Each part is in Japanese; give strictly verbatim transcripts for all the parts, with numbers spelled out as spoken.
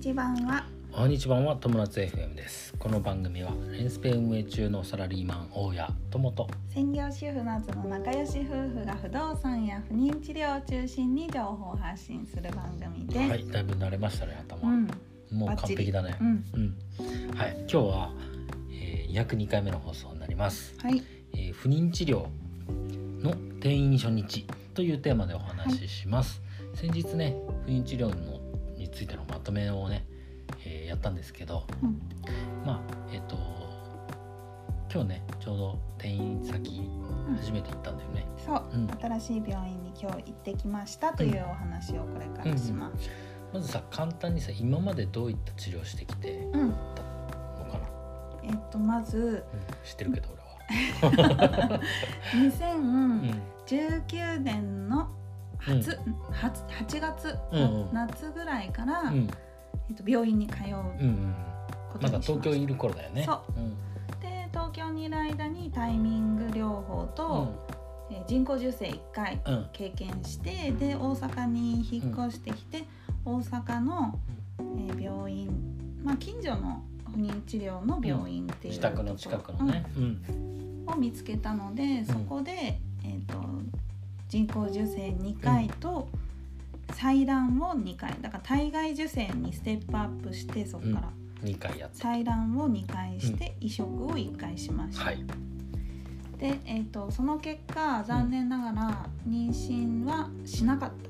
ちばんは。 おはにちばんは友達 エフエム です。この番組はレンスペ運営中のサラリーマン大家友と専業主婦夏の仲良し夫婦が不動産や不妊治療を中心に情報を発信する番組です。 はい、だいぶ慣れましたね頭、 うん、 もう完璧だね。 うん、 うん、はい、今日は、えー、にひゃくにかいめの放送になります。 はい、 えー、不妊治療の転院初日というテーマでお話しします。はい、先日ね不妊治療のについてのまとめをね、えー、やったんですけど、うん、まあえっ、ー、と今日ねちょうど転院先初めて行ったんだよね。 うん、そう、うん、新しい病院に今日行ってきましたというお話をこれからします。 うんうん、まずさ簡単にさ今までどういった治療してきてたのかな。うん、 えっ、ー、とまず、うん、 知ってるけど俺はにせんじゅうきゅうねんの初、うん、はちがつ、うんうん、夏ぐらいから、うんえっと、病院に通うことにしました。うんうん、 まだ東京にいる頃だよね。 そう、うん、で東京にいる間にタイミング療法と、うんえー、人工授精いっかい経験して、うん、で大阪に引っ越してきて、うん、大阪の、えー、病院、まあ、近所の不妊治療の病院っていう、うん、 自宅の近くのね、うん、 を見つけたのでそこで、えーと人工授精にかいと採卵をにかいだから体外受精にステップアップしてそこから、 うん、にかいやった採卵をにかいして、うん、移植をいっかいしました。はい、で、えーと、その結果残念ながら妊娠はしなかった、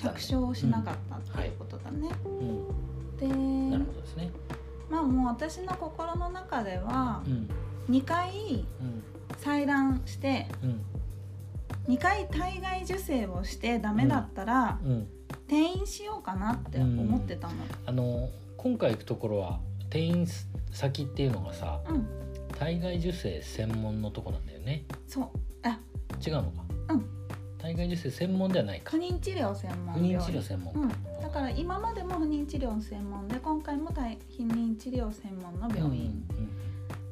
うん、着床をしなかったっていうことだね。 うんはい、でなるほどですね。 まあもう私の心の中では、うん、にかい採卵して、うんにかい体外受精をしてダメだったら、うんうん、転院しようかなって思ってたの。うん、 あの今回行くところは転院先っていうのがさ、うん、体外受精専門のとこなんだよね。 そうあ違うのか。うん体外受精専門ではないか。 不妊治療専門不妊治療専門、うん、 だから今までも不妊治療専門で今回も不妊治療専門の病院、うんうん、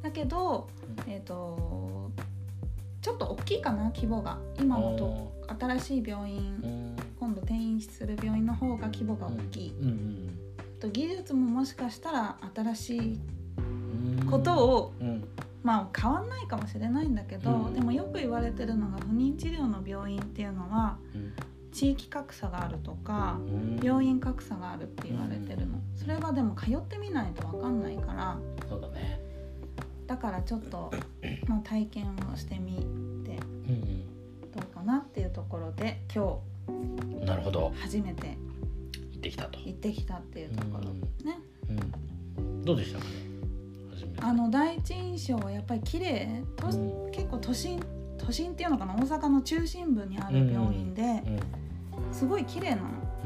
だけど、うん、えっとちょっと大きいかな規模が今のと新しい病院今度転院する病院の方が規模が大きい、うんうん、と技術ももしかしたら新しいことを、うん、まあ変わんないかもしれないんだけど、うん、でもよく言われてるのが不妊治療の病院っていうのは、うん、地域格差があるとか、うん、病院格差があるって言われてるの。それはでも通ってみないと分かんないから。 そうだね。 だからちょっと、まあ、体験をしてみて、うんうん、どうかなっていうところで今日なるほど初めて行ってきたと行ってきたっていうところね、 うんうん、どうでしたかね。初めてあの第一印象はやっぱり綺麗、うん、結構都心都心っていうのかな大阪の中心部にある病院で、うんうん、すごい綺麗なの、うん、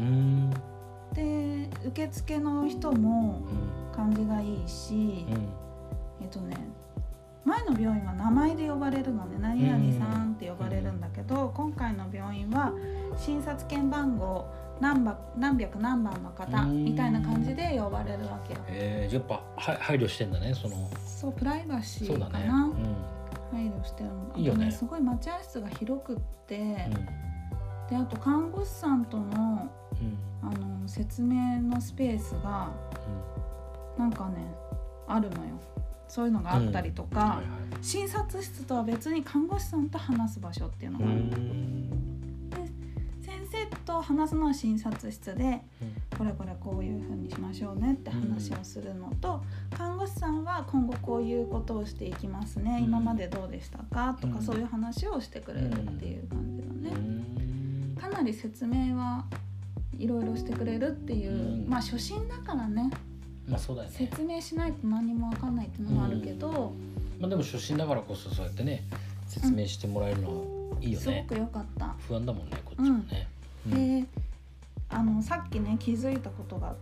で受付の人も感じがいいし、うんえっとね、前の病院は名前で呼ばれるのね何々さんって呼ばれるんだけど、うん、今回の病院は診察券番号 何, 番何百何番の方みたいな感じで呼ばれるわけよ。 えー、やっぱ配慮してんだね。そのそうプライバシーかな、ねうん、配慮してるの。あとね、いいよね、すごい待合室が広くって、うん、であと看護師さんとの、うん、あの説明のスペースが、うん、なんかねあるのよ。そういうのがあったりとか、うんはいはい、診察室とは別に看護師さんと話す場所っていうのがある。で先生と話すのは診察室で、うん、これこれこういう風にしましょうねって話をするのと、うん、看護師さんは今後こういうことをしていきますね、うん、今までどうでしたかとか、うん、そういう話をしてくれるっていう感じだね、うん、かなり説明はいろいろしてくれるっていう、うん、まあ初心だからねまあそうだよね、 説明しないと何も分かんないっていうのもあるけど、うんまあ、でも初心だからこそそうやってね説明してもらえるのはいいよね、うん、 すごく良かった。 不安だもんねこっちもね、 うんうん、であのさっきね気づいたことがあって、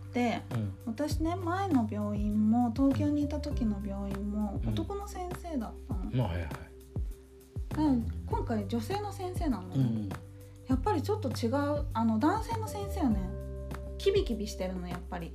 うん、私ね前の病院も東京にいた時の病院も男の先生だったの、うんまあはいはい、今回女性の先生なの、うん、やっぱりちょっと違う。あの男性の先生はねキビキビしてるのやっぱり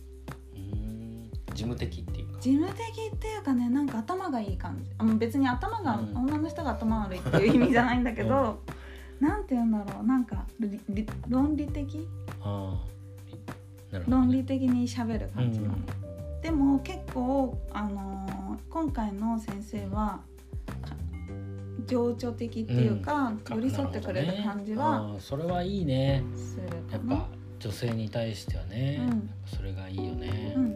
事務的っていうか事務的っていうかねなんか頭がいい感じ。あ別に頭が、うん、女の人が頭悪いっていう意味じゃないんだけど、うん、なんて言うんだろうなんか論理的あね、 論理的に喋る感じなの、うん、でも結構、あのー、今回の先生は情緒的っていうか、うん、寄り添ってくれる感じは、 ね、あそれはいいね。 するかな。やっぱ女性に対してはね、うん、それがいいよね、うんうん、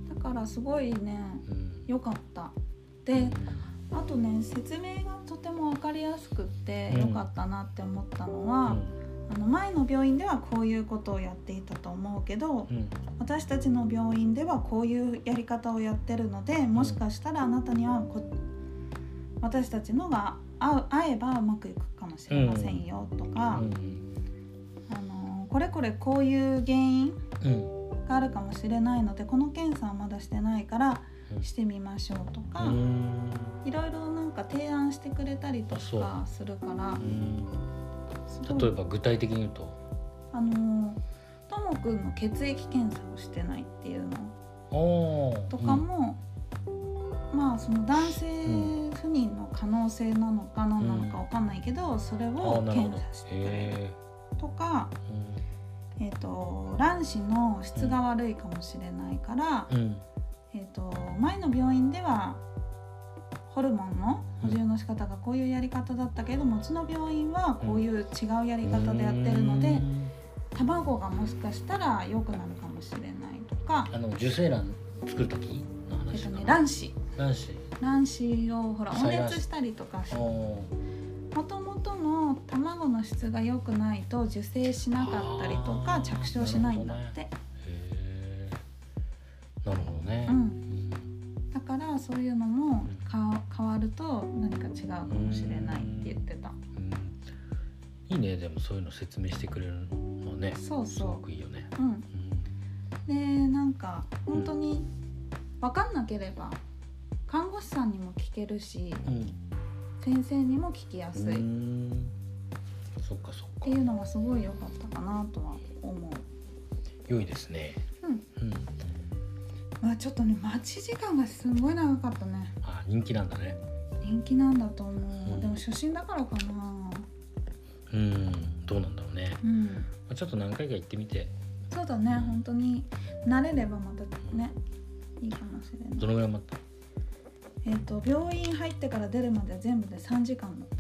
だからすごいね、良、うん、かったで、うん、あとね説明がとても分かりやすくって良かったなって思ったのは、うん、あの前の病院ではこういうことをやっていたと思うけど、うん、私たちの病院ではこういうやり方をやってるので、もしかしたらあなたにはこ私たちのが合う、合えばうまくいくかもしれませんよとか、うん、あのこれこれこういう原因があるかもしれないので、この検査はまだしてないからしてみましょうとか、うん、いろいろなんか提案してくれたりとかするから、うん、 例えば具体的に言うと、 あのともくんの血液検査をしてないっていうのとかも、うん、まあその男性不妊の可能性なのか何なのか分かんないけど、うん、それを検査してくれるとか、うん、えーと、卵子の質が悪いかもしれないから、うん、えーと、前の病院ではホルモンの補充の仕方がこういうやり方だったけども、うちの病院はこういう違うやり方でやってるので、卵がもしかしたら良くなるかもしれないとか、 あの受精卵作る時の話かな、えっとね、 卵子卵子卵子をほら温熱したりとかして、もともとの卵の質が良くないと受精しなかったりとか着床しないんだって。 へー、なるほどね、 うん、だからそういうのもか変わると何か違うかもしれないって言ってた。 いいね、でもそういうの説明してくれるのね。 そうそう、すごくいいよね、 うん、でなんか本当に分かんなければ看護師さんにも聞けるし、うん、先生にも聞きやすい、うーん、 そっかそっかっていうのがすごい良かったかなとは思う。 良いですね。 うん、うん、まあちょっとね待ち時間がすごい長かったね。 あ、人気なんだね。 人気なんだと思う、うん、でも初心だからかな。 うん、どうなんだろうね、うん、まあ、ちょっと何回か行ってみて。 そうだね、本当に慣れればまたね、いいかもしれない。 どのぐらい待った？ えっと病院入ってから出るまで全部でさんじかんだった。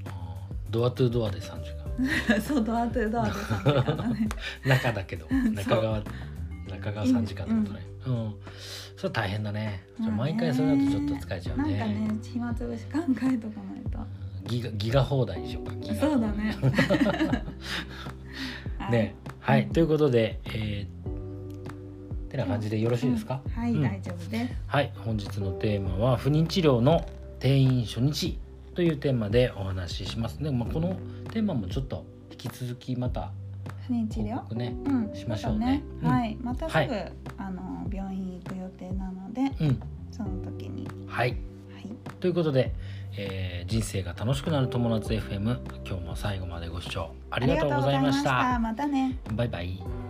あ、ドアトゥドアでさんじかんそう、ドアトゥドアでさんじかんだね中だけど中側中側さんじかんだったね、うん、うん、それ大変だね。それ毎回それだとちょっと疲れちゃうね。 なんかね、暇つぶし考えとかないと。 ギガ、ギガ放題にしようか。ギガそうだねね、はい、うん、ということで、えー、てな感じでよろしいですか？ うん、はい、うん、大丈夫です。 はい、本日のテーマは不妊治療の転院初日というテーマでお話ししますね。まあ、このテーマもちょっと引き続きまた不妊治療報告ね、うん、しましょうね。 ね、 うん、 はい、またすぐ、はい、あの病院行く予定なので、うん、その時に。 はい。はい、ということで、えー、人生が楽しくなる友達 エフエム、今日も最後までご視聴ありがとうございました。 またね。 バイバイ。